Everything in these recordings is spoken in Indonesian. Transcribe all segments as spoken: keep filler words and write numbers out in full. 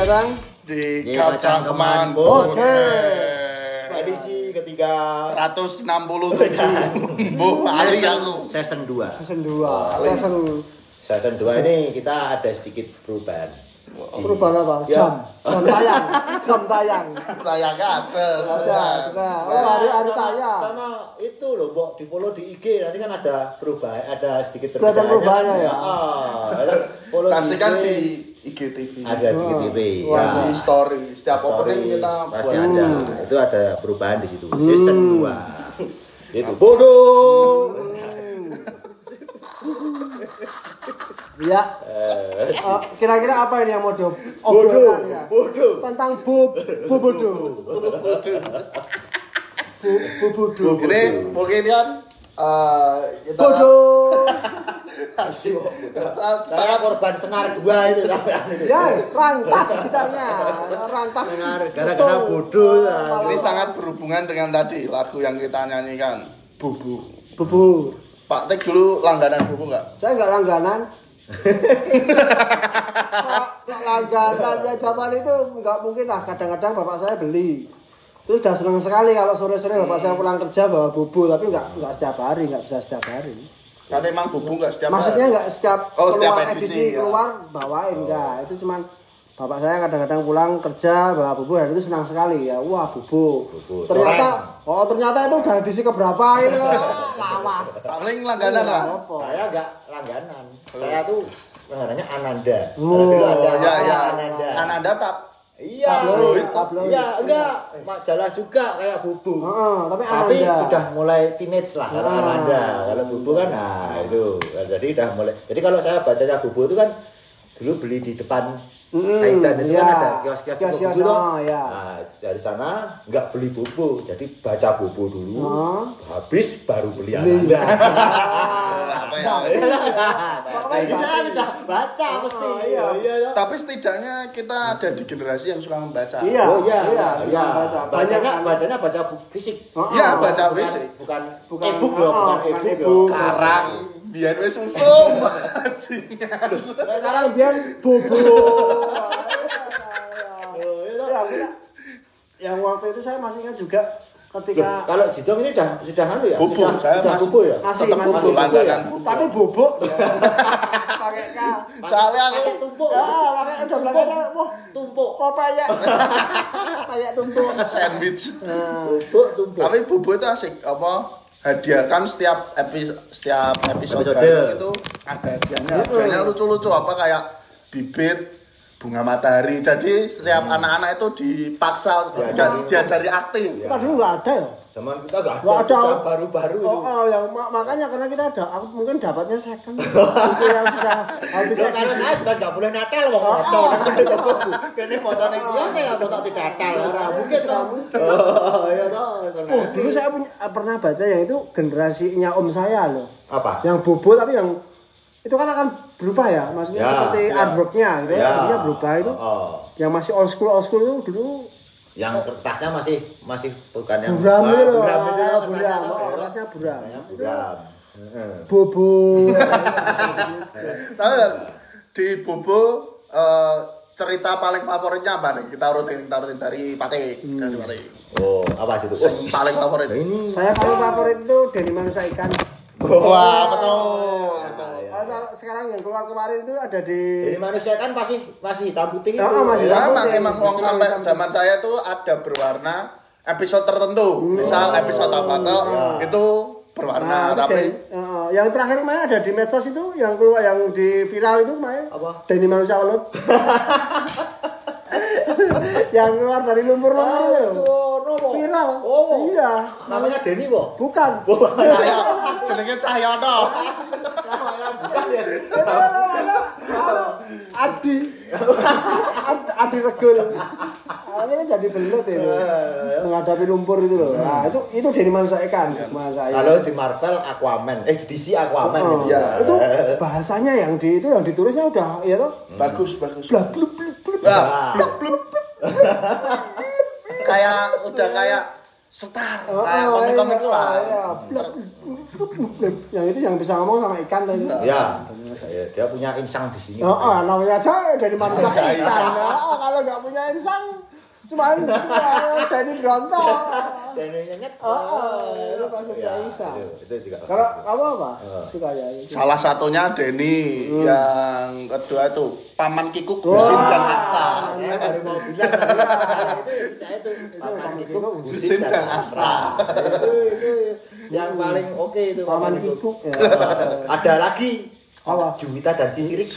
datang di Kacang-Keman Podcast edisi ketiga seratus enam puluh tujuh. Bu, ali aku. Season dua. season dua. Season Season dua ini kita ada sedikit perubahan. perubahan apa? Ya. Jam. Jam tayang. Jam tayang. Tayang aja. Sudah, sudah. Oh, hari hari tayang. Sama itu loh, Mbok, di follow di I G nanti kan ada perubahan, ada sedikit Kelihatan perubahannya ya. Ah, follow Kasihkan di di I G. I G T V. Ada di I G T V. Wah, Ya. Di story. Setiap Story opening kita pasti buat. ada. Itu ada perubahan di situ. Season dua. Itu bodoh. Ya. Uh, kira-kira apa ini yang mau diobrolkan ya? Bodoh. Tentang bub bobodo. Bu bobodo. Ini mungkin kan eh, kita Bodoh. Saya korban senar dua itu sampai itu. Ya, rantas gitarnya. Rantas. Gara-gara bodoh. ini sangat berhubungan dengan tadi lagu yang kita nyanyikan, Bubu. Bubu. Pak Tek dulu langganan Bubu enggak? Saya enggak langganan. Pak langganan ya zaman itu enggak mungkin lah. Kadang-kadang bapak saya beli. Itu sudah senang sekali kalau sore-sore bapak saya pulang kerja bawa bubu, tapi enggak enggak setiap hari, enggak bisa setiap hari. Karena emang Bubu enggak setiap Maksudnya hari. enggak setiap Oh, setiap keluar edisi, edisi ya. keluar bawain enggak. Itu cuman bapak saya kadang-kadang pulang kerja bawa bubu dan itu senang sekali ya. Wah, bubu. Bubu. Ternyata oh ternyata itu udah edisi keberapa itu kan. Lawas. Paling langganan lah. Apa? Saya enggak langganan. Saya tuh langganannya Ananda. Oh, Karena dulu ada Oh, ya ya. Ananda. Ananda tap. Iya, Tabloid, tabloid. Iya, enggak, majalah juga kayak Bubu. Heeh, tapi Tapi Ananda. sudah mulai teenage lah kalau Ah. Ananda. Kalau Bubu kan nah itu. Jadi udah mulai. Jadi kalau saya bacanya Bubu itu kan dulu beli di depan Mm-mm, Kaitan itu iya. kan ada kios-kios Kios-kios, buku tuh. oh, iya. Nah, dari sana enggak beli buku, jadi baca buku dulu. Oh. Habis baru beli Beli. Ananda. Apa ya? Nah, ini saya sudah baca mesti. Oh, iya. iya. Tapi setidaknya kita ada di generasi yang suka membaca. Iya. Oh iya, iya, iya. baca. Banyak Bacanya kan. bacanya baca buku fisik. Oh, Iya, oh. baca Bukan fisik. bukan Bukan- e-book ya, oh, bukan bukan e-book. e-book. ya. Sekarang biar wis usum bajingan. Sekarang biar bobo. Oh, iya, toh. Ya, kita yang waktu itu saya masih ingat juga Loh, ketika kalau Jidong ini dah sudah anu ya? Bubu, sudah, saya sudah masih- bubu ya? masih Tetap masih bubu, bobo langganan ya. bubu. Tapi bobo pakai K. Soalnya aku pakai tumpuk. Ya, pakai ada belakangnya, wah, Tumpuk. kok kayak kayak tumpuk. sandwich. Tumpuk, tumpuk. Tapi Bubu itu asik apa? Hadiah kan setiap epi, setiap episode, Episode. baru itu ada hadiahnya. Hadiahnya lucu-lucu apa kayak bibit bunga matahari. Jadi setiap anak-anak itu dipaksa Diajari. dan diajari akting. Kita dulu nggak ada ya. Zaman kita enggak ada, Nggak ada. sudah baru-baru itu. Oh, oh, yang ma- makanya karena kita ada, aku mungkin dapatnya second. Itu yang sudah habis Ya, karena saya juga nggak boleh natal kok Oh, moco. oh. Kene moco ning kios saya nggak moco tidak natal. Ora mungkin Nggak toh. mungkin. Oh, iya toh. Oh, dulu saya punya, pernah baca yang itu generasinya om saya loh. Apa? Yang bobo tapi yang itu kan akan berubah ya, maksudnya Ya, seperti ya. artworknya gitu ya, jadinya berubah itu. Oh. Yang masih old school old school itu dulu Yang kertasnya masih masih bukan yang buram Wah, itu loh, buram itu ah, kertasnya buram, apa oh, ya? kertasnya buram. Kertasnya Itu buram. Heeh. bobo. Tahu nggak? Di Bubu eh, cerita paling favoritnya apa nih? Kita rutin kita rutin dari Patik, dari Patik. Oh, apa sih itu? Yang paling favorit. Nah, ini Saya paling favorit itu Denny Manusia Ikan. Wah, betul. Ah, sa- sekarang yang keluar kemarin itu ada di Jadi manusia kan masih masih hitam putih itu. Oh, masih Ya, hitam emang, putih. emang uang sampai Hitam putih. zaman saya tuh ada berwarna episode tertentu. Misal episode apa tuh itu berwarna Nah, itu tapi Den- eh, yang terakhir kemarin ada di medsos itu yang keluar yang di viral itu kemarin. Apa? Denny Manusia Welut. Yang keluar dari lumpur-lumpur itu. Oh, nopo. Viral. Oh, Iya. namanya Denny kok. Bukan. Cahyo jenenge Cahyono. Namanya bukan ya. Itu namanya anu, Adi. Ad- Adi Regul. Ah, ini kan jadi belut itu. Menghadapi lumpur itu loh. Nah, itu itu Denny Manusia Ikan, Bukan saya. Kalau di Marvel Aquaman, eh D C Aquaman Oh, gitu. ya. itu bahasanya yang di itu yang ditulisnya udah ya toh. Bagus, bagus. Blah blub blub blub. Nah, bluk, bluk. Kayak udah kayak Star. Oh, Nah, oh, komik-komik iya, lah. iya. Blap, blap, blap. Yang itu yang bisa ngomong sama ikan tadi. Ya, saya dia punya insang di sini. Oh, oh, namanya aja dari manusia ke ikan. Oh, kalau nggak punya insang, cuman ya, dari Bronto. Dan nyet. Oh, oh, itu konsepnya Ya, insang. itu, itu juga. Kalau kamu apa? Oh. Suka ya? Salah satunya Denny, Hmm. yang kedua itu Paman Kikuk, Wah. Gusin dan Asta. Iya, Baru mau bilang tadi, itu saya itu Itu Paman Paman Kikuk, Kikuk, Gusin dan Astra. Itu itu yang paling oke itu Paman Kikuk. Ya. Ada lagi Apa? Juwita dan Sisirik.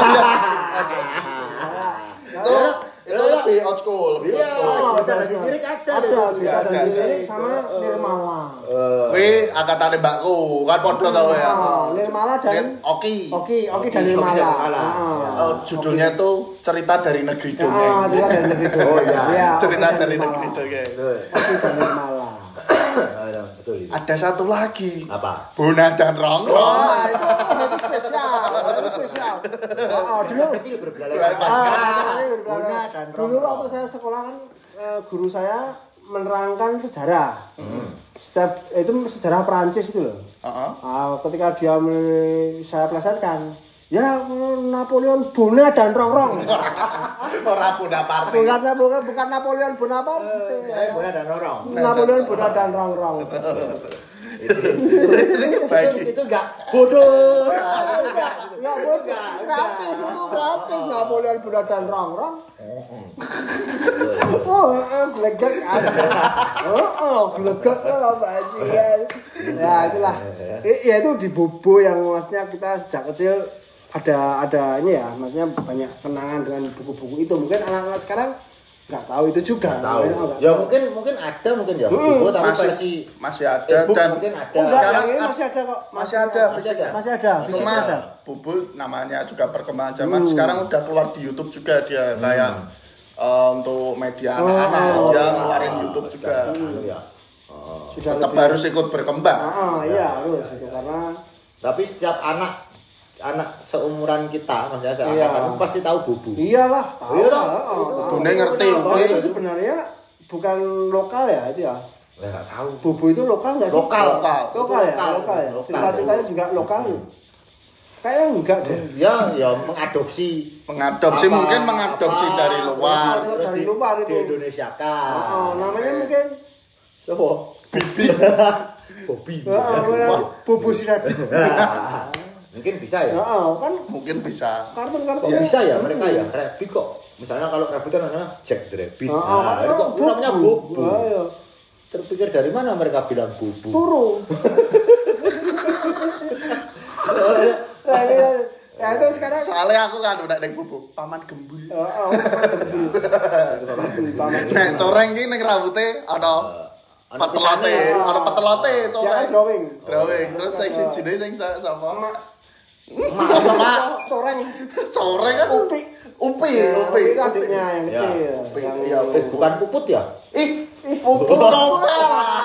Itu itu lebih old school, lebih Iya. old school. Oh, Juwita dan Sisirik ada. Ada Juwita dan Ada. Sisirik sama Nirmala. Wih, angkatane mbakku, kan podo tau ya. Oh, Nirmala dan Lihat, Oki. Oki, Oki dan Oki dan Nirmala. Nirmala. Ah. Oh, judulnya tuh cerita dari negeri Ah, dongeng. cerita dari negeri dongeng. Oh, iya. Iya, Oki Cerita dan dari Nirmala. negeri dongeng. Betul. Oki dan Nirmala. Ah, betul itu. Ada satu lagi. Apa? Bona dan Rongrong. Wah, itu itu spesial, itu spesial. Oh, oh, dulu Kecil berbelalai. Belalai. Ah, ini Bona berbelakang. dan Dulu Rongrong. waktu saya sekolah kan eh, guru saya menerangkan sejarah. Hmm. Setiap itu sejarah Perancis itu loh. Heeh. Ah, ketika dia mulai saya plesetkan, ya Napoleon Bona dan Rongrong. Ora Bonaparte. Bukan bukan bukan Napoleon Bonaparte. Eh, Bona dan Rorong. Napoleon Bona dan Rongrong. Itu Bagi. itu enggak bodoh. Enggak. Ya bodoh, kreatif itu kreatif Napoleon Bona dan Rongrong. Oh, heeh, glegek asli. Oh, oh, glegek apa sih kan. Ya itulah. I- Ya itu di Bobo yang maksudnya kita sejak kecil ada ada ini ya, maksudnya banyak kenangan dengan buku-buku itu. Mungkin anak-anak sekarang nggak tahu itu juga. Tahu. Mungkin nggak Ya tahu. mungkin mungkin ada mungkin ya. Hmm, Buku tapi masih versi masih ada e-book dan mungkin ada. Oh, enggak, Sekarang yang ini ad- masih ada kok. masih ada. Masih ada. Masih ada, fisik Cuma ada. Bubul namanya juga perkembangan zaman. Hmm. Sekarang udah keluar di YouTube juga dia kayak eh, untuk media Oh, anak-anak oh, dia oh, ngeluarin Oh, YouTube juga. anu ya. Oh. Sudah Tetap lebih- harus ikut berkembang. Ah, ah, iya harus itu karena Tapi setiap anak anak seumuran kita, maksudnya Iya. seangkatan pasti tahu bubu. iyalah tahu Iya, lah. toh? Oh, Itu tahu. Dunia ngerti. Oh, itu sebenarnya bukan lokal ya itu ya. Lah enggak tahu. Bubu itu lokal nggak sih? Lokal. Lokal. Lokal ya, Lokal. lokal ya. Lokal. Cerita-ceritanya juga lokal ya. Kayaknya enggak deh. Ya, ya mengadopsi Mengadopsi Apa- mungkin mengadopsi apa- dari luar. Tetap terus dari di- luar itu. Di Indonesia kan. Oh, oh, namanya mungkin So, Bibi. Hobi. heeh, benar, Bubu Sirabi. Mungkin bisa ya. Heeh, kan Mungkin bisa. kartun-kartun Kok bisa ya mereka ya rabbit kok. Misalnya kalau rabbit kan namanya Jack the Rabbit. Heeh, Nah, itu kok Bubu. namanya bubu. Ayo, Terpikir dari mana mereka bilang bubu? turu. Nah, iya. Ya itu sekarang Soalnya aku kan udah neng bubuk paman gembul. heeh, paman Nek coreng ki ning rambute ana Ana petelote, pitane. ana petelote Ya kan coreng. drawing. Drawing. Terus sing sijine sing sa- sapa? Mak Mak. coreng. Coreng kan Upi. Upi, Ya, upi. itu adiknya yang Ya, kecil. Upi. Yang- Iya, Eh, bukan puput ya? Ih, puput novel.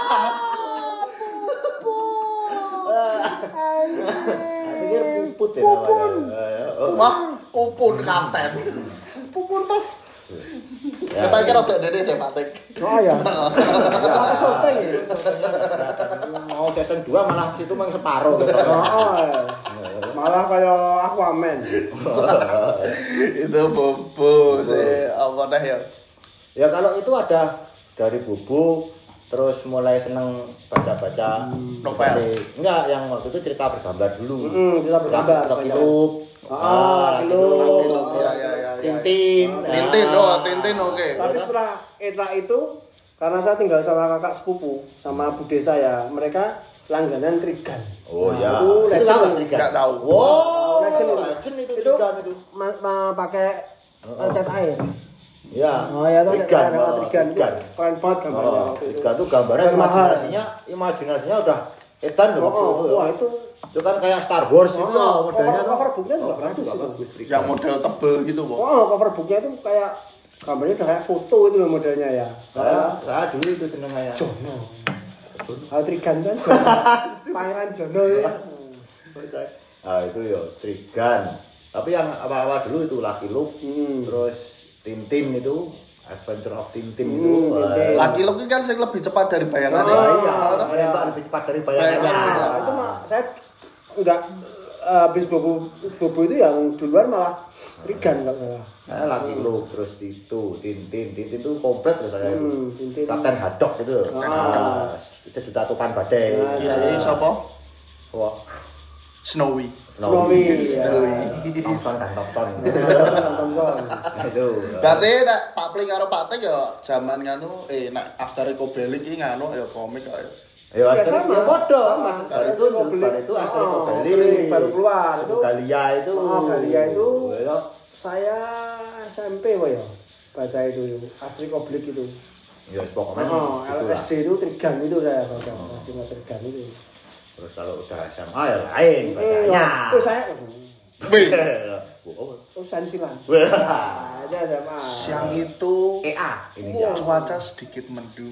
Pikir puput ya Pupun. namanya. Oh, Wah, pupun kapten. Pupun tas. ya. Kita kira udah dede deh, Patik. Oh ya. Apa syuting ya? Mau season dua malah situ mang separuh gitu. Oh, malah kayak Aquaman. Itu bobo sih apa dah ya? Ya kalau itu ada dari bubuk terus mulai seneng baca-baca Novel. seperti- enggak yang waktu itu cerita bergambar dulu. Hmm, cerita bergambar. Lucky Luke. Ah, Lucky Luke. Lucky Luke, iya, iya, iya. Tintin. Tintin, Ah. oh, Tintin oke. Tapi setelah setelah itu karena saya tinggal sama kakak sepupu sama bude saya, mereka langganan Trigan. Oh Nah, ya. Itu legend. tahu kan Trigan? Nggak tahu. Wow, Legend itu. legend itu Itu Trigan itu. ma- ma- pakai Oh. cat air. Ya. Oh ya, itu Trigan. ada oh, Trigan itu Trigan. keren banget gambarnya Oh, waktu itu. Trigan tuh gambarnya Dan mahal. imajinasinya, imajinasinya udah edan Oh, loh. oh, waktu itu. wah itu Itu kan kayak Star Wars Oh, itu loh modelnya cover- tuh. cover booknya juga Covernya bagus itu. bagus, Trigan. Yang model tebel gitu, Bo. oh cover booknya itu kayak gambarnya udah kayak foto itu loh modelnya ya. Saya, saya dulu itu seneng kayak Jono. Ah, Trigan kan Jono. Pangeran Jono ya. Nah itu ya Trigan. Tapi yang awal-awal dulu itu Lucky Luke, Hmm. terus Tintin itu Adventure of Tintin Hmm, itu. Tintin. Lucky Luke kan sing lebih cepat dari bayangannya. Oh, iya, Oh, menembak lebih cepat dari bayangannya. Bayangan. Nah, itu mah saya enggak habis bobo bobo itu yang duluan malah Trigan kalau salah. Nah, Lucky Luke terus itu Tintin, Tintin itu komplit loh saya itu. Hmm, Tintin. Kapten Haddock itu loh. Ah. Ah, sejuta tupan badai. Nah, Kira-kira sapa? Wah, Snowy. Snowy. Thompson kan Thompson. Thompson. Itu. Berarti nek Pak Pling karo Pak Tek ya jaman nganu eh nek Asteriko Belli iki nganu ya komik kok ya. Ya, Ya, Asterix sama. ya podo. Sama. Baru itu baru itu Asterix Oh, Belli. Asterix baru keluar itu. Galia itu. Oh, Galia itu. Ya. Saya S M P apa ya? Baca itu Asterix Obelix itu. Ya pokoknya Oh, gitu L S D itu Trigan itu saya baca. Masih Trigan itu. Terus kalau udah S M A ya lain bacanya. Oh, saya Wih, oh sensilan. Wah. Ada S M A. siang itu E A ini Wah. ya. cuaca sedikit mendung.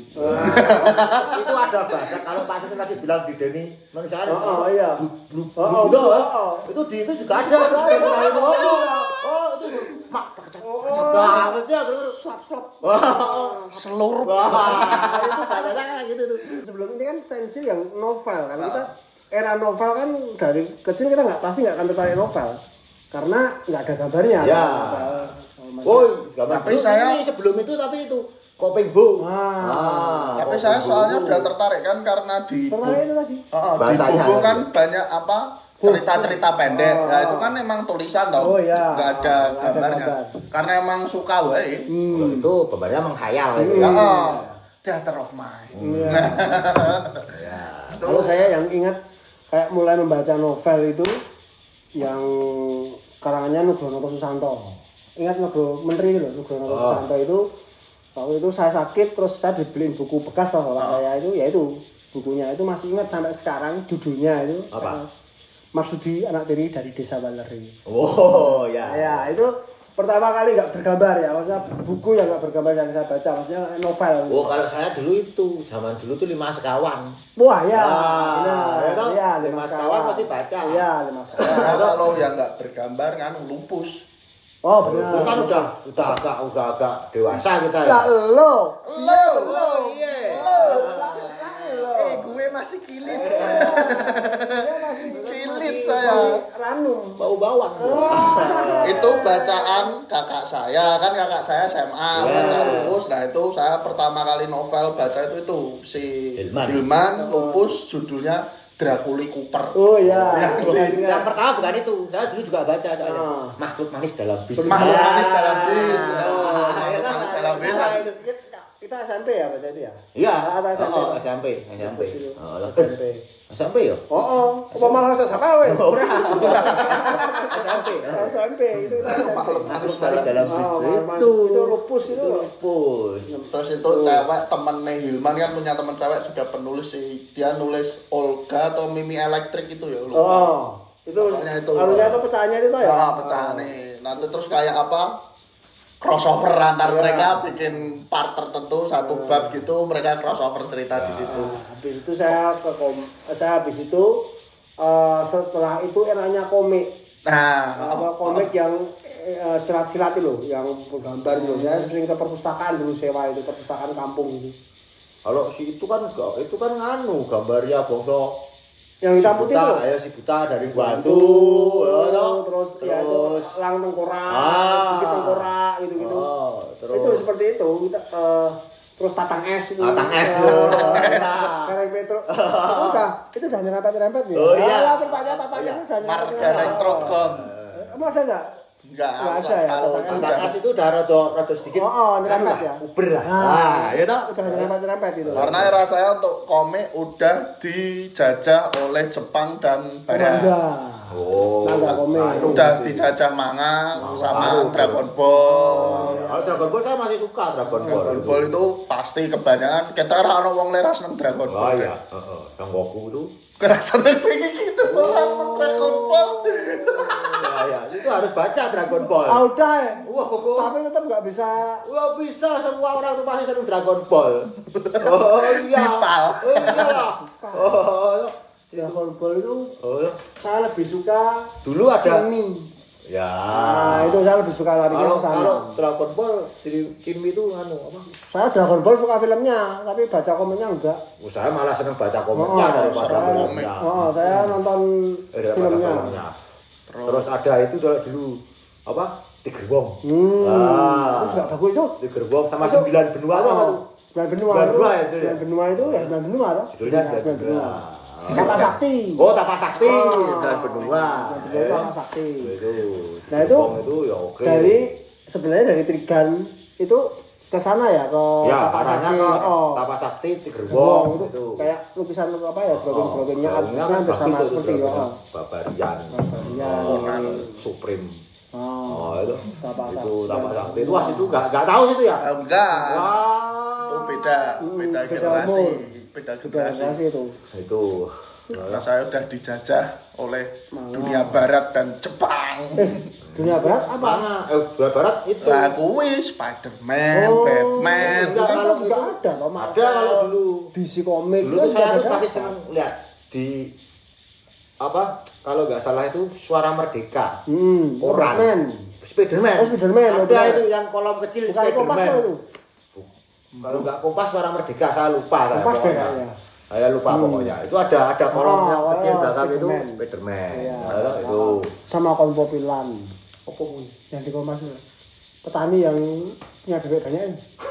Itu ada bahasa kalau Pak Siti tadi bilang di Denny manusia Oh, oh, iya. Blue, Oh, oh, itu, oh, oh. itu di itu juga ada. Itu di Denny itu. Oh, itu mak Oh, mesti ada. slap slap. Seluruh Wah, itu bahasanya kan gitu tuh. Sebelum ini kan stensil yang novel kan kita era novel kan dari kecil kita nggak pasti nggak akan tertarik novel karena nggak ada gambarnya. Ya. Novel. Oh, gambar Tapi belum saya- ini sebelum itu tapi itu Kopeng Bu. Ah. Tapi Kopeng saya Bu soalnya itu. udah tertarik kan karena di Tertarik itu tadi. Heeh, di Bahasanya. buku kan banyak apa cerita-cerita pendek. Oh. Nah, itu kan emang tulisan toh. Oh, iya. Nggak ada Oh, nggak ada gambarnya. gambar. Karena emang suka wae. Kalau itu gambarnya menghayal itu. Ya, oh, Theater of Mind. Iya. Ya. Kalau saya yang ingat kayak mulai membaca novel itu yang karangannya Nugroho Susanto. Ingat Nugroho Menteri itu loh, Nugroho Oh. Susanto itu waktu itu saya sakit terus saya dibeliin buku bekas sama bapak saya itu ya itu bukunya itu masih ingat sampai sekarang judulnya itu Apa? eh, Marsudi anak tiri dari desa Waleri. Oh, ya. Ya itu pertama kali nggak bergambar ya, maksudnya buku yang nggak bergambar yang saya baca, maksudnya novel. Oh, kalau saya dulu itu, zaman dulu tuh lima sekawan. Wah ya, Wah, benar. ya toh? Iya, Lima sekawan pasti baca. Iya, lima sekawan. Nah, kalau yang nggak bergambar kan lupus. Oh Terus benar. kan udah udah agak udah agak dewasa kita ya. Lah lo, Lo, lo, iya. eh gue masih kilit. Dia masih Kilit masih- saya. masih ranum. Bau bawang. Itu bacaan kakak saya kan kakak saya S M A Ya. baca lupus. Nah itu saya pertama kali novel baca itu itu si Hilman. Hilman lupus judulnya Dracula Cooper. Oh iya. Yang pertama bukan itu. Saya dulu juga baca soalnya. Ah. Makhluk manis dalam bis. Makhluk Ya. manis dalam bis. Oh, Ah, makhluk ya kan? manis dalam bis. Nah, itu kita, kita S M P ya baca itu ya? Iya, Atau S M P? Oh, S M P, S M P. Lupus itu. Oh, lah. S M P. S M P ya? Oh, oh. Apa malah S M P weh? Ora. S M P. S M P itu kita S M P. Makhluk manis dalam bis Oh, itu. itu lupus itu. Lupus. Terus itu cewek temennya Hilman kan punya teman cewek juga penulis sih. Dia nulis Olga atau Mimi Elektrik itu ya lupa. Oh, itu Pokoknya itu. anunya itu pecahannya itu toh ya? Ya, pecah nih. Nanti terus kayak apa? Crossover antar Ya. mereka bikin part tertentu satu bab gitu mereka crossover cerita di situ. Nah, habis itu saya ke kom saya habis itu eh, setelah itu eranya komik. Nah, Apa komik yang eh, silat-silat itu loh, yang bergambar itu loh. Saya sering ke perpustakaan dulu sewa itu, perpustakaan kampung itu. Kalau si itu kan enggak, itu kan nganu gambarnya bongso Yang hitam putih itu. Ayo si buta dari Bantu, ya toh. terus, ya itu lang tengkorak, Ah. bukit tengkorak gitu-gitu. Oh, terus Itu seperti itu. Kita eh, terus tatang es itu. Tatang es. Ya, Kareng Petro. Itu udah, itu udah nyerempet-nyerempet nih. Oh, iya. Alah, pertanyaan tatang es itu udah Margaret nyerempet-nyerempet. Trogom. Emang ada enggak? Enggak, Nggak aku ada ya, kalau tatang es. udah- Tantas itu udah rada rada sedikit. Oh, oh, nyerempet anu lah, ya? Uber lah. Nah, Nah, ya toh. udah nyerempet-nyerempet itu. Karena era saya untuk komik udah dijajah oleh Jepang dan Barat. Mangga. Oh, Mangga komik. anu Udah sih. dijajah manga sama baru. Dragon Ball. Kalau Dragon Ball saya masih suka Dragon Ball. Dragon Ball itu pasti kebanyakan kita ora ono wong lera seneng Dragon Oh Ball. iya, heeh. Yang Goku itu. Kerasa tinggi gitu ora seneng Dragon Ball. Ya ya, itu harus baca Dragon Ball. Ah, udah ya. Wah, kok Tapi tetap nggak bisa. Wah bisa semua orang tuh pasti seneng Dragon Ball. Oh iya. Dipal. Oh iyalah. Oh. Dragon Ball itu Oh. saya lebih suka Dulu ada Cini. Ya. Nah, itu saya lebih suka larinya Kalau ke sana. kalau Dragon Ball jadi Kinmi itu anu apa? Saya Dragon Ball suka filmnya, tapi baca komiknya enggak. Oh, saya malah seneng baca Oh, komiknya daripada saya, filmnya. oh, saya nonton Eh, daripada filmnya. filmnya. Terus ada itu dulu, dulu apa? Tiger Wong. Hmm, Ah. itu juga bagus itu. Tiger Wong sama Itu- sembilan benua itu apa oh, tuh? Sembilan benua Sembilan itu. benua ya, judulnya? Sembilan benua itu ya sembilan benua toh. Judulnya Ya, sembilan benua. Tapak Sakti. Oh, Tapak Sakti, Oh. sembilan benua. Sembilan benua Tapak Sakti. Itu. Nah, itu Wong itu ya oke. Dari sebenarnya dari Trigan itu ke sana ya ke ya, Tapak arahnya Sakti. ke Oh. Tapak Sakti, Tiger Wong Wong itu, itu. kayak lukisan apa ya, drawing-drawingnya Oh, artinya kan hampir sama bagus tuh, seperti ya. drawingnya. Barbarian. Barbarian. Oh, kan Supreme. Oh. Oh, itu. Tapak itu Sakti. Tapak Sakti. Itu wah itu enggak enggak tahu situ ya. Ah, enggak. Wah. Itu beda, Hmm, beda beda generasi, umur. beda Generasi generasi. itu. Itu. Karena saya udah dijajah oleh Malah. dunia barat dan Jepang. Eh, dunia barat apa? Mana? Eh, Barat Barat itu. Lah kuwi Spider-Man, Oh, Batman. enggak, Itu kalau juga itu- ada toh Marvel. Ada kalau dulu. D C Comic Dulu itu tuh saya juga tuh ada. pasti seneng lihat di apa? Kalau nggak salah itu Suara Merdeka. Hmm, Koran. Batman. Spiderman. Oh, Spiderman, Ada benar. itu yang kolom kecil Bukan Kompas Spiderman. loh itu. Kalau nggak Kompas Suara Merdeka saya lupa saya. Kompas deh pokoknya. kayaknya. Saya lupa Hmm. pokoknya. Itu ada ada kolom Oh, yang kecil oh, belakang itu Spiderman. Spiderman. Iya. Nah, itu. Sama Kompopilan. Apa kuwi? Yang di Kompas itu. Petani yang punya bebek banyak.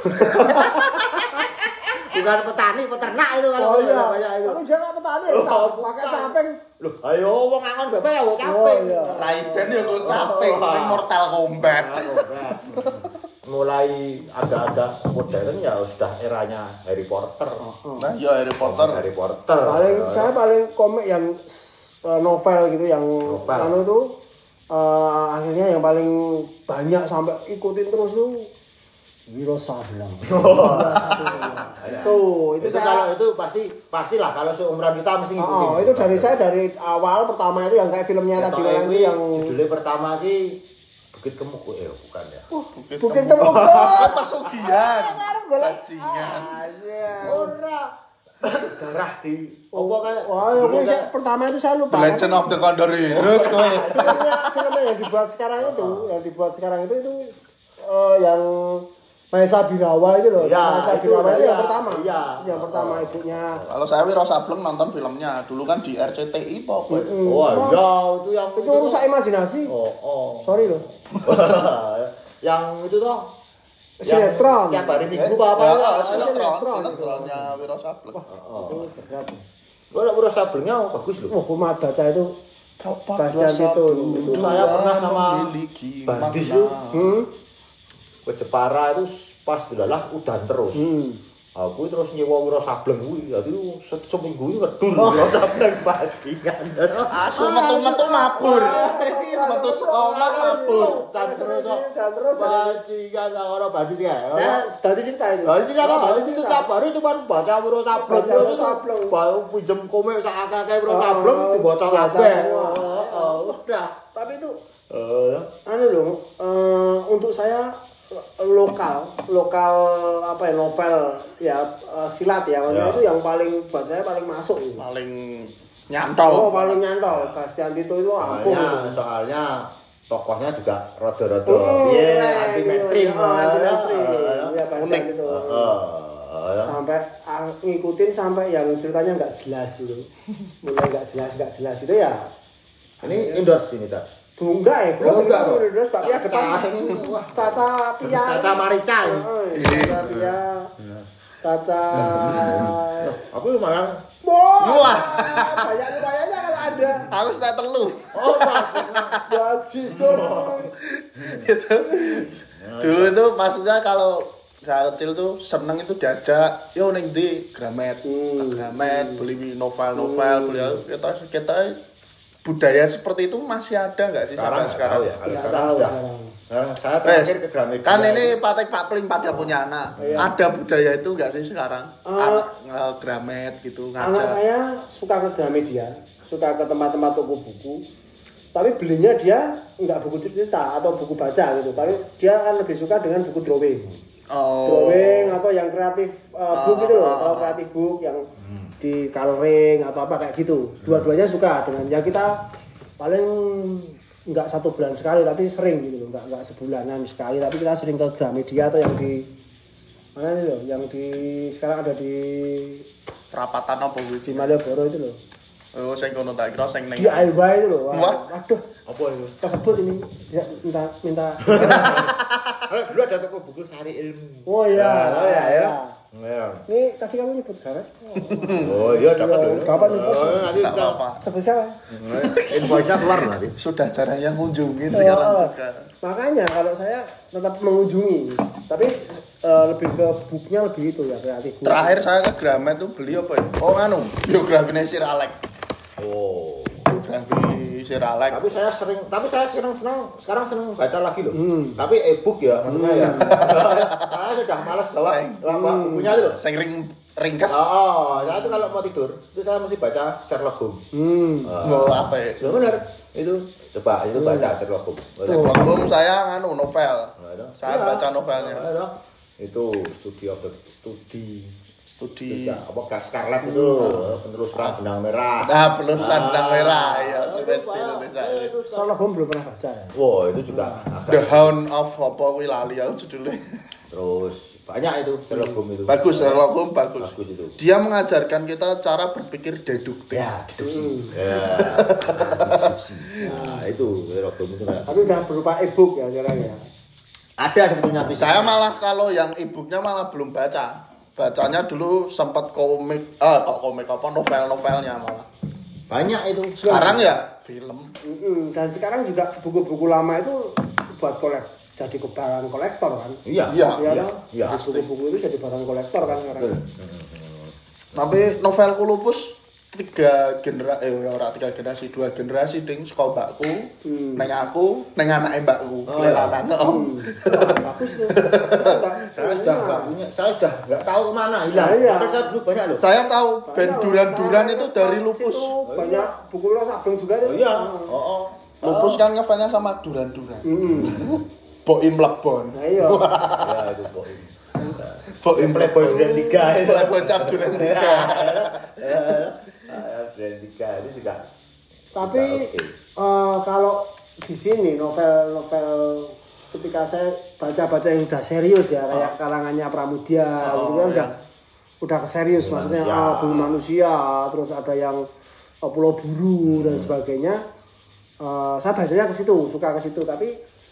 Bukan petani, peternak itu kalau Oh iya. banyak itu. Tapi dia nggak petani, Oh, cap- bukan. pakai caping. Loh, ayo wong angon bebek ya wong Oh capek. iya. Raiden ya kok capek, Oh. ini Mortal Kombat. Mulai agak-agak modern ya sudah eranya Harry Potter. Oh. Nah, ya Harry Potter. Harry Potter. Paling saya paling komik yang uh, novel gitu yang Novel. anu itu uh, akhirnya yang paling banyak sampai ikutin terus tuh Wiro Sableng. Tuh, itu itu saya kalau itu pasti pastilah kalau seumuran kita mesti ngikutin. Oh, itu dari saya dari awal pertama itu yang kayak filmnya tadi Ketok yang Ewi, yang judulnya pertama ki Bukit Kemuk eh bukan ya. Bukit Bukit Temu- Temu. Oh, Pesugihan. golek. Bajingan. Ora. Darah di apa kayak Wah, ya, dulu saya, kayak- pertama itu saya lupa. The Legend of the Condor Heroes kowe. filmnya filmnya yang dibuat sekarang itu, yang dibuat sekarang itu itu eh, yang Maesa Birawa itu loh. Ya, Maesa itu, Birawa itu ya, yang pertama. iya. Yang pertama ibunya. Kalau saya Wiro Sableng nonton filmnya, dulu kan di R C T I pokoknya. Mm, Oh, Wah, iya itu yang itu rusak imajinasi. Oh, oh. Sorry loh. yang itu toh Sinetron. yang setiap hari Minggu apa apa Ya, ya? sinetron, sinetron itu. sinetronnya Wiro Sableng. Oh. Itu berat. Gua nak berusaha sablengnya bagus loh. Wah, gua baca itu. Bastian Itu Tito. Itu saya pernah sama Bandis itu. Hmm. Ke Jepara itu pas delalah udan terus. Hmm. Aku terus nyewa Wiro Sableng kuwi. Dadi se- seminggu ini ngedur Wiro Sableng bajingan. Asu metu-metu mabur. Metu sekolah mabur. Dan terus Dan terus. bajingan ora Bandis ya. Saya berarti cerita itu. Bandis cerita apa? Bandis itu tiap hari cuma baca Wiro Sableng. Baca Wiro Sableng. Baru pinjem komik sak akeh Wiro Oh, Sableng dibaca baca kabeh. semua. Heeh, udah. Tapi itu Eh, anu loh, eh, untuk saya lokal, lokal apa ya novel ya eh, silat ya, maksudnya Ya. itu yang paling buat saya paling masuk itu. Paling Oh, nyantol. paling nyantol. Bastian Tito itu ampuh. soalnya itu. soalnya tokohnya juga rada-rada Hmm, piye keren anti gitu. mainstream. Oh, anti mainstream. Eh, Ya Bastian Unik. Tito. eh, eh, Sampai ah, ngikutin sampai yang ceritanya nggak jelas gitu. Mulai nggak jelas nggak jelas itu ya. Ini endorse ini tak. Enggak ya, belum Oh, enggak, itu bro. terus Pak Pia depan. Wah. Caca Pia. Caca Marica ini. Oh, Caca Pia. Caca. Aku malah Wah. Wah. Banyak banyak kalau ada. Harus saya telu. oh Bajingan. Gitu. Dulu itu maksudnya kalau saya kecil tuh seneng itu diajak, yo neng di Gramet, Hmm. Gramet, beli novel-novel, beli kita kita budaya seperti itu masih ada nggak sih sekarang sampai sekarang sekarang? ya kalau Nggak sekarang tahu sudah sekarang. sekarang saya Eh, terakhir ke Gramedia kan ini Patek Papling pada punya anak. Iya. Ada budaya itu nggak sih sekarang? Eh, An- eh, Gramet gitu Anak ngajak. saya suka ke Gramedia, suka ke tempat-tempat toko buku. Tapi belinya dia nggak buku cerita atau buku baca gitu. Tapi dia kan lebih suka dengan buku drawing. Oh. Drawing atau yang kreatif uh, book Ah, gitu loh, ah, kalau ah. kreatif book yang di coloring atau apa kayak gitu. Dua-duanya suka dengan ya kita paling nggak satu bulan sekali tapi sering gitu loh, nggak nggak sebulanan sekali tapi kita sering ke Gramedia atau yang di mana itu loh, yang di sekarang ada di Perapatan apa kuwi? di Malioboro itu loh. Oh, sing kono tak kira sing ning. D I Y itu loh. Wah. Waduh, Apa itu? tersebut ini ya minta minta. Kalau dulu ada toko buku Sari Ilmu. Oh iya, oh iya ya. Ya. Ini tadi kamu nyebut Garet. Oh iya dapat Iya, dulu. dapat info. Oh, nanti Enggak udah apa-apa. Sebut siapa? invoice-nya keluar nanti. Sudah jarang yang ngunjungin sekarang Oh, juga. makanya kalau saya tetap mengunjungi, tapi eh, lebih ke bukunya lebih itu ya kreatif. Terakhir saya ke Gramet tuh beli apa ya? Oh anu, biografinya Sir Alex. Oh. Biografi Sir Alex. Tapi saya sering, tapi saya sekarang senang, sekarang senang baca lagi loh. Hmm. Tapi e-book ya, maksudnya ya. Saya sudah malas bawa, bawa bukunya itu loh. Sing ring ringkes. Oh, saya tuh kalau mau tidur, itu saya mesti baca Sherlock Holmes. Hmm. Mau apa ya? Loh benar, itu coba itu baca Sherlock Holmes. Belum saya nganu novel. Nah, itu. Saya Iya. baca novelnya. Nah, itu. Itu studi of the studi Studi. Juga, apa Scarlet itu penelusuran benang merah. Nah, penelusuran benang merah ya, itu sudah Pak. Indonesia. Eh, itu Scarlet. Soalnya belum pernah baca ya. Wow, itu juga The agak Hound of apa kuwi lali ya judulnya. terus banyak itu Sherlock Holmes itu. Bagus Sherlock Holmes bagus. Bagus itu. Dia mengajarkan kita cara berpikir deduktif. Ya, deduksi. Ya, deduksi. Nah, itu Sherlock Holmes itu kan. Tapi udah berupa e-book ya sekarang ya. Ada sebetulnya fisik. Saya malah kalau yang e-booknya malah belum baca. Bacanya dulu sempat komik, eh kok komik apa novel-novelnya malah. Banyak itu. Sekarang ya film. Mm-mm. Dan sekarang juga buku-buku lama itu buat kolek, jadi barang kolektor kan. Iya. Iya. Iya, Iya. toh? Iya. Buku-buku itu jadi barang kolektor kan sekarang. Betul. Tapi novelku lupus tiga generasi, eh ora tiga generasi, dua generasi ding saka mbakku, Hmm. neng aku, neng anake mbakku. Oh, iya. Kelihatan, oh. Hmm. Wah, bagus tuh. Enggak, Saya sudah nggak punya, saya sudah nggak tahu kemana hilang. Nah, iya. Padahal saya dulu banyak loh. Saya tahu Banyak band loh. duran-duran Nah, itu Mas dari Max lupus. itu Oh, banyak iya. buku Ros Abdul juga tuh. Oh iya. Nah. Oh, oh. Lupus kan ngefansnya sama duran-duran. Mm-mm. Boim Lebon. Nah, iya. Ya itu kok. Boim Playboy Grand tiga itu. Playboy cap duran tiga. Grand tiga itu juga. Tapi juga oke. eh, kalau di sini novel-novel ketika saya baca-baca yang sudah serius ya kayak kalangannya Pramudia Oh, gitu kan iya. udah udah serius Bumi maksudnya Manusia. ah, Bumi Manusia, terus ada yang eh, Pulau Buru dan sebagainya. Eh, saya bacanya ke situ, suka ke situ, tapi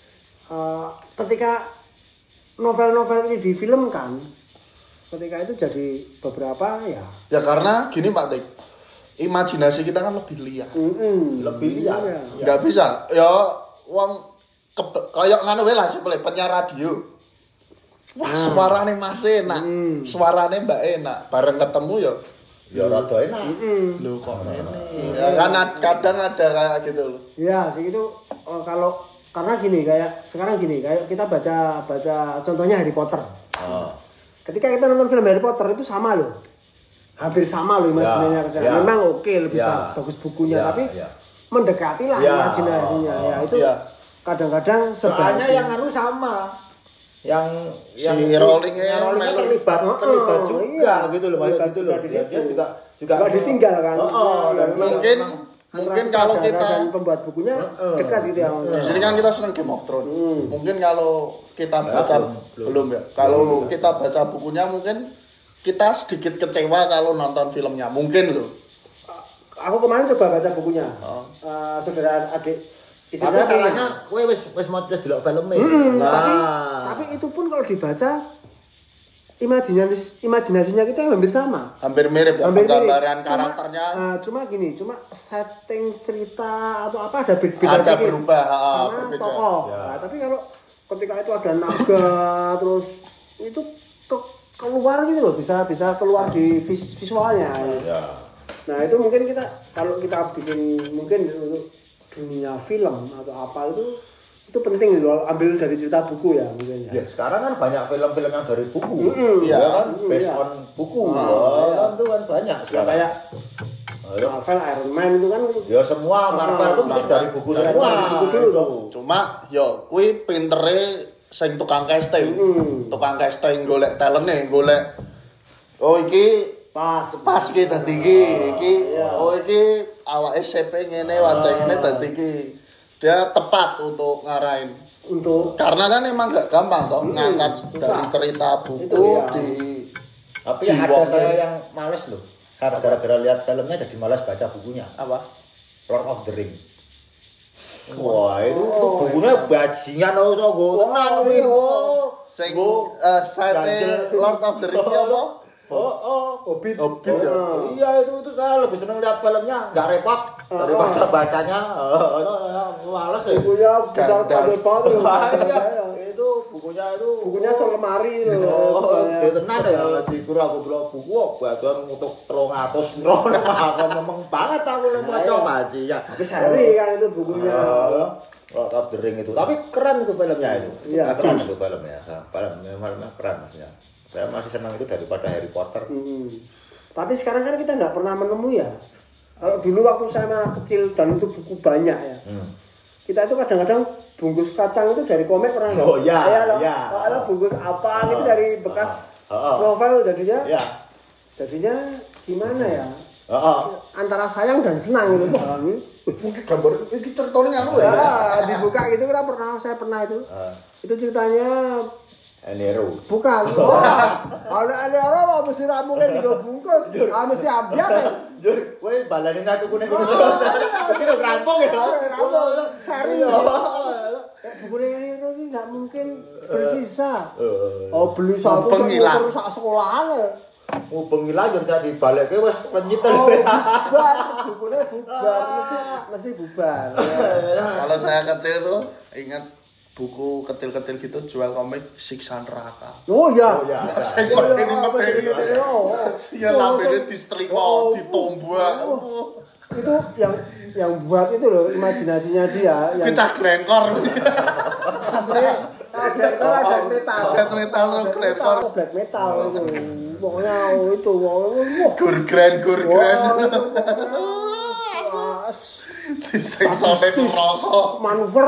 eh, ketika novel-novel ini difilmkan, ketika itu jadi beberapa ya Ya karena gini Pak Tik, imajinasi kita kan lebih liar. mm-mm. Lebih liar. Iya. Nggak bisa. Ya wong ke- kayak nganu wae lah sepele penyiar radio. Wah, suarane Mas enak. Hmm. Suarane Mbak enak. Bareng ketemu ya Ya rada enak. Mm-mm. lho kok ini. Ya, kan ad- kadang ada kayak gitu loh. Ya, sih itu eh, kalau karena gini kayak sekarang gini kayak kita baca baca contohnya Harry Potter. Oh. Ketika kita nonton film Harry Potter itu sama loh. Hampir sama loh imajinasinya Ya, ke sana. ya. Memang oke lebih Ya. ba- bagus bukunya Ya, tapi ya. mendekati lah Ya. imajinasinya. Ya itu Ya. kadang-kadang Soalnya sebagai- yang anu sama. Yang Si yang Rowling-nya yang Rowling-nya melu- terlibat Oh, terlibat oh, juga iya. gitu loh maksud Terlibat gitu juga loh. di Dia, situ. dia juga juga Nggak ditinggal kan. Oh, oh, Ya, dan memang- Mungkin antara mungkin kalau sutradara kita dan pembuat bukunya Heeh. dekat gitu ya. di sini kan kita senang Game of Thrones. Hmm. Mungkin kalau kita Ya, baca belum, belum. belum ya. Kalau Belum. kita baca bukunya mungkin kita sedikit kecewa kalau nonton filmnya. Mungkin loh. Aku kemarin coba baca bukunya. Oh. Eh, saudara adik istri Tapi saya punya. salahnya kowe wis wis mau wis delok filmnya. Hmm, Nah. tapi tapi itu pun kalau dibaca imajinasi imajinasinya kita hampir sama. Hampir mirip ya Hampir mirip. penggambaran Cuma, karakternya. eh, cuma gini, cuma setting cerita atau apa ada beda Ada dikit berubah, ah, sama berbeda. tokoh. Ya. Nah, tapi kalau ketika itu ada naga terus itu ke- keluar gitu loh, bisa bisa keluar di vis- visualnya. Ya. Nah, itu mungkin kita kalau kita bikin mungkin untuk dunia film atau apa itu itu penting gitu loh, ambil dari cerita buku ya mungkin ya. Ya, sekarang kan banyak film-film yang dari buku. Mm-mm. Ya kan Mm, based iya. on buku. Ah, Ya, iya. kan itu kan banyak Ya sekarang. kayak Ayo. Marvel, Iron Man itu kan Ya semua Marvel Ah, itu mesti Marvel. dari buku Dari semua. buku dulu Itu. toh. Cuma yo kuwi pintere sing tukang casting. Mm. Tukang casting golek talente, golek oh iki pas pas ki dadi iki, iki Iya. oh iki awake S C P ngene, wajah ngene dadi iki. dia tepat untuk ngarahin. Untuk Karena kan emang nggak gampang toh Hmm, ngangkat susah. dari cerita buku Itu ya. di Tapi di ada box saya ini. yang males loh. Karena gara-gara lihat filmnya jadi malas baca bukunya. apa? Lord of the Ring. Wah, itu, itu bukunya bajingan loh, so gue tenang nih, wow. Sing Go, uh, site ganjel. Lord of the Rings apa? Oh, oh, Hobbit. Hobbit ya? Oh. Iya itu itu saya lebih seneng lihat filmnya, nggak repot daripada bacanya. Oh, males ya. bukunya besar Gandalf. pandai banget loh. Iya, itu bukunya itu. Bukunya selemari loh. Oh, dia tenan ya, dikira aku bilang buku badan untuk telung atus piro. Aku memang banget aku lek maca bajinya. Tapi sehari kan itu bukunya. Lord of the Ring itu. Tapi keren itu filmnya itu. Iya, keren bagus. itu filmnya. Film filmnya keren maksudnya. Saya masih senang itu daripada Harry Potter. Hmm. Tapi sekarang kan kita nggak pernah menemui ya. Kalau dulu waktu saya masih kecil dan itu buku banyak ya. Hmm. Kita itu kadang-kadang bungkus kacang itu dari komik pernah nggak? Oh, iya, Kayak loh, iya. oh, ada bungkus apa gitu Oh, dari bekas oh, oh. novel jadinya. Ya. Jadinya gimana ya? Heeh. Antara sayang dan senang itu Wah, ini. Mungkin gambar ini ceritanya anu ya. Ya, dibuka gitu kita pernah saya pernah itu. Ah. Itu ceritanya Enero. bukan. Wah, kalau ada orang mau mesti ramukan tiga bungkus, ah mesti ambiar ya. Jur, kowe balane nak tuku nek Oh, iki lho rampung ya. Rampung, seri. Oh, Eh, buku ini itu nggak mungkin bersisa. Eh, Oh beli satu Mumpung hilang. terus sak sekolahan ya. mau bengi lanjut tadi balik wis lenyit Oh, bubar, bukunya bubar, mesti mesti bubar. Kalau saya kecil tuh ingat buku kecil-kecil gitu jual komik Siksa Neraka. Oh ya. Oh ya. Saya Oh, kok iya, ini apa medeni. gini-gini, oh, oh. Iya lambene disetrika, Oh, ditombak. oh. Itu yang yang buat itu loh imajinasinya dia yang Pecah grengkor. aslinya black metal ada metal Black metal, Black black metal metal. black metal itu pokoknya oh, itu wah wah Gur gren, gur gren. wah itu pokoknya wah, s- Disiksa ning sadistis, neraka. manuver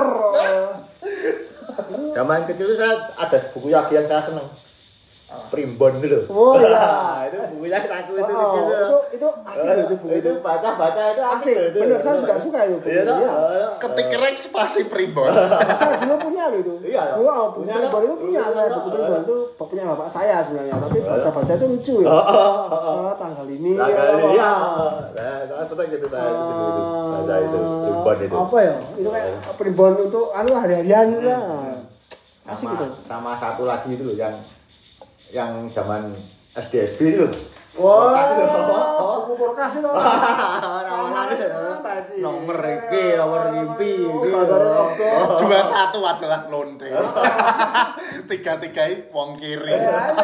Zaman kecil itu saya ada buku lagi yang saya seneng. Primbon itu loh. Oh, iya. Itu bukunya aku itu. oh, gitu. itu itu asik loh itu buku Itu itu baca-baca itu asik loh itu. bener saya juga suka itu buku Iya, toh? iya. Ketik rek spasi primbon. Saya dulu punya loh itu. Iya, Wah, buku punya, Primbon toh? itu punya saya. Buku Iya. Primbon itu punya bapak saya sebenarnya, tapi baca-baca itu lucu ya. Oh, oh, oh, oh. Soalnya tanggal ini. Nah, apa, kali iya. apa. Saya saya seneng gitu saya itu dulu itu. Baca itu Primbon itu. Apa ya? Itu kayak Primbon untuk anu hari-harian gitu lah. Asik Sama, gitu. sama satu lagi itu loh yang yang zaman S D S B itu. Wah, Porkas itu. buku porkas itu. Namanya nomor iki, nomor mimpi iki. Dua satu adalah lonte. Tiga tiga wong kiri.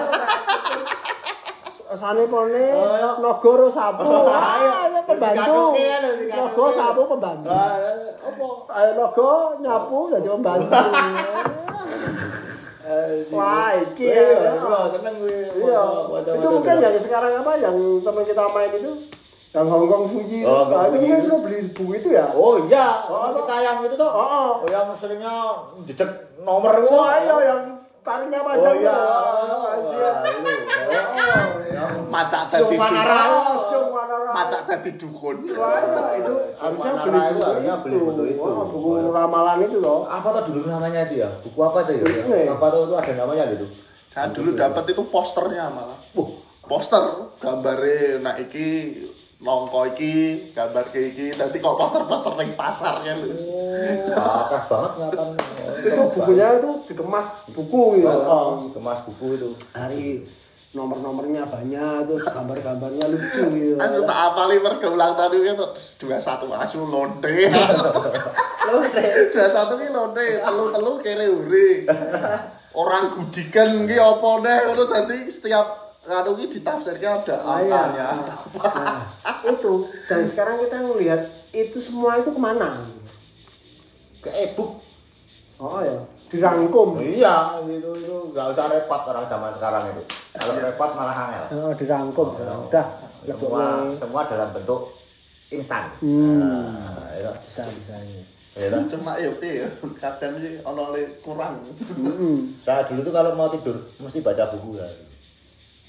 Sane pone Oh, Nogoro sapu. Ah, itu pembantu. Dikatoke ya lho, dikatoke. Nogo sapu pembantu. Apa? Ayo Nogo nyapu jadi pembantu. Wah, iki ya. Iya, seneng gue. Iya. Itu mungkin yang sekarang apa yang teman kita main itu yang Hongkong Fuji itu. Oh, Nah, itu Hongkong mungkin Fuji. sudah beli buku itu ya. Oh iya, Oh, kita yang itu tuh. Oh, oh. Oh, yang seringnya jejak nomor itu. Wah, iya yang tariknya Oh panjang iya. gitu. Wah, Anjir. itu. Oh, yang Macak dadi Sumanara. dukun. Oh, Sumanara. Macak dadi dukun. Wah, iya, itu harusnya Sumanara beli itu buku harusnya itu. beli buku itu. Wah, buku ramalan itu loh. apa tuh dulu namanya itu ya? Buku apa tuh ya? Ini. Apa tuh itu ada namanya gitu? Saya dulu dapat itu posternya malah. Wah, Poster gambare nek iki nongko iki, gambar kayak iki. Nanti kok poster-poster ning pasar kan lho. akeh banget ngakan. Itu bukunya itu dikemas buku gitu. Oh, kemas buku itu. Hari nomor-nomornya banyak terus gambar-gambarnya lucu gitu. Asu tak apali pergaulan tadi itu dua satu asu lonte. Lonte. Dua satu ki lonte, telu-telu kere ure. Orang gudikan ki apa neh ngono dadi setiap kanu ki ditafsirkan ada Ah, iya. angkanya. Nah, itu dan sekarang kita ngelihat itu semua itu kemana? Ke e-book. Oh ya, dirangkum. Iya, itu itu nggak usah repot orang zaman sekarang itu. Kalau repot malah angel. Oh, dirangkum. Oh, Udah, semua semua dalam bentuk instan. Hmm. Nah, itu. bisa bisa. Ya, toh? Cuma ya piye ya, kadang iki ana le kurang. Hmm. Saya dulu tuh kalau mau tidur mesti baca buku ya.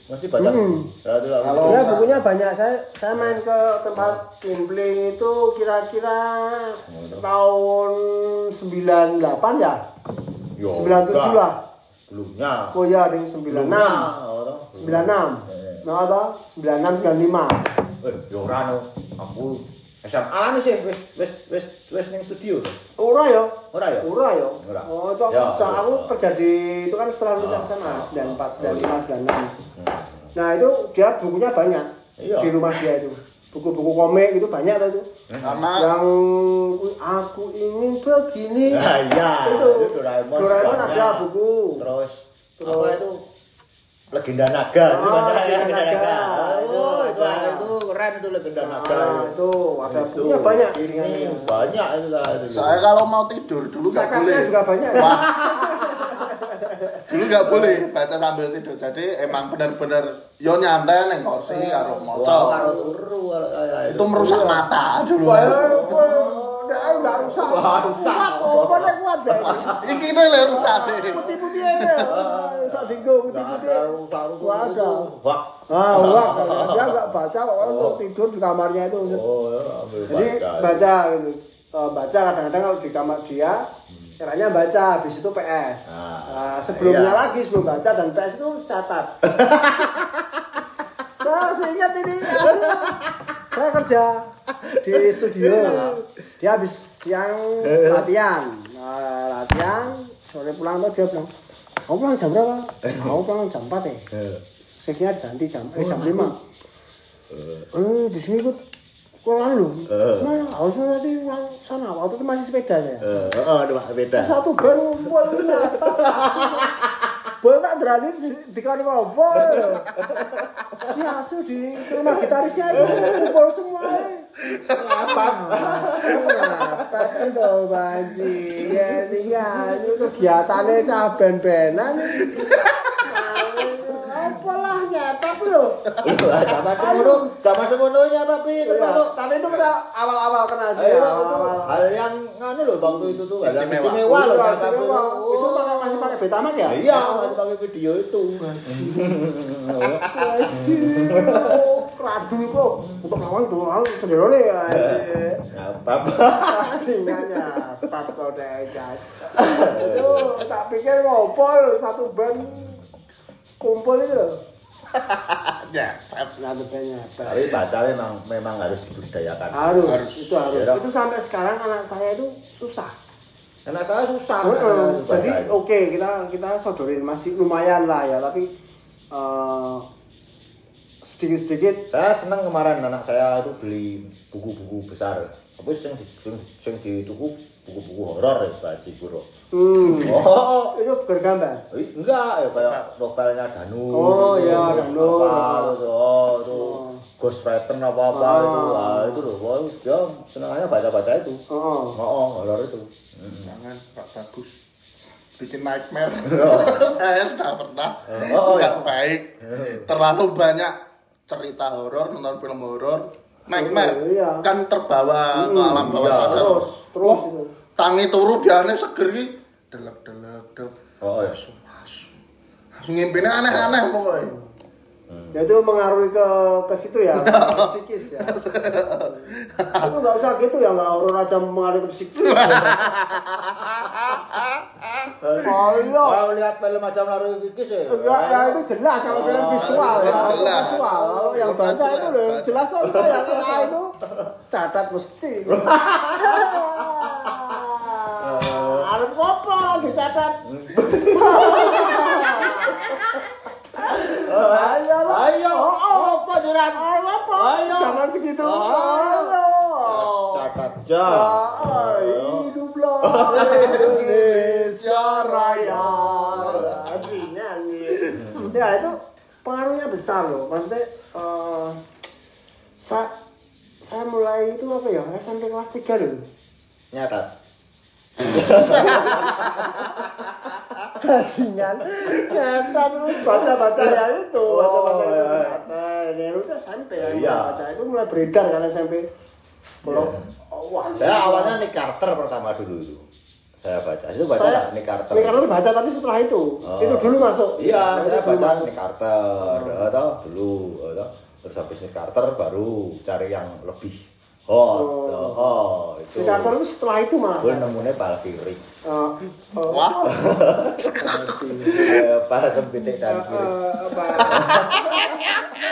Masih baca. Hmm. Ya, itu lah. Kalau- Ya bukunya banyak. Saya saya main ke tempat gambling itu kira-kira tahun sembilan puluh delapan ya. Yo, sembilan puluh tujuh enggak. lah. Belumnya. Oh ya, ada yang sembilan puluh enam. sembilan puluh enam. Nah, atau sembilan puluh enam sembilan puluh lima. Eh, yo ora no. Aku S M A nih sih wis wis wis wis ning studio tuh. Ora ya? Ora ya? Ora ya? Ora. Oh, itu aku Ya, sudah ya, aku ya. kerja di itu kan setelah lulus Ah, S M A ah, sembilan puluh empat, ah. sembilan puluh lima, Oh, sembilan puluh enam. Nah, itu dia bukunya banyak. Iya. Di rumah dia itu. Buku-buku komik itu banyak tuh itu. Karena Yang aku ingin begini. Nah, iya. Itu. Itu Doraemon. Doraemon banyak. ada buku. Terus, Terus- apa itu? Legenda Naga. Ah, Itu banyak ya, Legenda Naga. Oh, itu Itu ada ada. itu keren itu Legenda Naga. Nah, itu ada Itu. bukunya banyak. Ini banyak itu lah. itu. saya kalau mau tidur dulu nggak boleh. Sakatnya juga banyak. Wah. Dulu nggak boleh baca sambil tidur. Jadi emang benar-benar yo nyantai neng kursi karo Wah, maca. karo turu kalau kayak Itu merusak mata dulu. Wah, wah, enggak rusak. Wah, rusak. Kuat, oh, pada kuat deh. Iki ini lho rusak deh. Putih-putih aja. Sak dinggo Nggak putih-putih. ada rusak-rusak Nggak ada. itu. Wah. Ah, wah, dia enggak baca pokoknya untuk tidur di kamarnya itu. Oh, ya, ambil Jadi baca. baca gitu. Eh, baca kadang-kadang kalau di kamar dia caranya baca, habis itu P S. Ah, Nah, sebelumnya iya. lagi sebelum baca dan P S itu catat. Saya masih ingat ini asli. Saya kerja di studio. Dia habis siang latihan. Nah, latihan sore pulang tuh dia bilang, "Kamu pulang jam berapa?" "Aku pulang jam empat ya." Eh, Shiftnya diganti jam eh jam lima. Eh, di sini ikut kurang lu. Eh. Mana? Harus nanti pulang sana. Waktu itu masih sepeda saya. eh, oh, aduh, beda. Satu band ngumpul ini apa? Bol tak berani di, di kali ngobrol. Si Asu di rumah gitarisnya itu ngumpul semua. Apa? Apa itu bajingan ini ya itu kegiatannya cah ben-benan. Apalah nyepak lho. Zaman semono, zaman semononya Papi, termasuk Tapi itu kenal awal-awal kenal dia. Ayo, itu awal-awal. hal yang nganu loh waktu itu tuh, hal yang Istimewa. istimewa loh. Itu Mas Papi istimewa. tuh. Itu pakai masih pakai Betamax ya? Iya, masih pakai video itu. Masih. Kradul kok. Untuk lawan itu lawan sendiri ya. Ya, apa? Singanya pap kau dekat. Itu tak pikir ngobrol satu band kumpul itu loh. Ya, Satu bandnya. Tapi baca memang memang harus dibudidayakan. Harus, itu harus. Ya, Itu sampai sekarang anak saya itu susah. Anak saya susah. Heeh. baca Jadi itu. oke kita kita sodorin masih lumayan lah ya tapi eh, sedikit-sedikit Saya senang kemarin anak saya itu beli buku-buku besar. Apa sih yang di yang, yang dituku buku-buku horor ya, Baji Guru. hmm, Oh, itu bergambar. Ih, enggak, ya kayak novelnya Danu. Oh, iya, Danu. Apa, terus, oh, itu Oh. Ghost Writer apa-apa Ah. itu. Wah, itu loh. Wah, dia senangannya baca-baca itu. Oh. Oh, horor itu. jangan Pak bagus. Bikin nightmare. Oh. Saya sudah pernah. Oh, oh, Nggak iya. baik. Terlalu banyak cerita horor, nonton film horor. Nightmare. Oh, iya. Kan terbawa ke alam bawah iya. sadar. Terus, terus itu. Tangi turu biasanya seger ki. Delek-delek delek. Oh, iya. Langsung masuk. Langsung ngimpinnya aneh-aneh pokoknya. Ya itu mengaruhi ke ke situ ya, ke psikis ya. Itu nggak usah gitu ya, nggak horor aja mengaruhi ke psikis. Oh iya. Kalau lihat film macam Laru Fikis ya. Enggak, ya itu jelas kalau film visual ya, Jelas. jelas. Visual. Kalau yang Jelas. baca itu loh, yang jelas tuh itu yang A itu catat mesti. Arep apa dicatat? Ayo lah. Ayo, apa jiran? Ayo apa? Ayo. Jangan segitu. Ayo. Ayo. Catat jam. Ah, hiduplah Indonesia Raya. Bajingan nih. Ya itu pengaruhnya besar loh. Maksudnya eh saya saya mulai itu apa ya? S M P kelas tiga loh. Nyatat. Bajingan. Nyetan baca-baca ya itu, baca-baca itu. iya. Nah, itu S M P ya. Iya. Baca itu mulai beredar kan S M P. Kalau oh, wah, Saya awalnya Nick Carter pertama dulu itu. Saya baca. Itu baca Saya Nick Carter. Nick Carter baca tapi setelah itu. Oh. Itu dulu masuk. Iya, Itu saya dulu baca masuk. Nick Carter, atau dulu, atau terus habis Nick Carter baru cari yang lebih hot. Oh. Oh, itu. Nick Carter itu setelah itu malah. Gue nemunya Valkyrie. Uh, uh, Wah. Eh, Para sempitik dan kiri. uh, apa?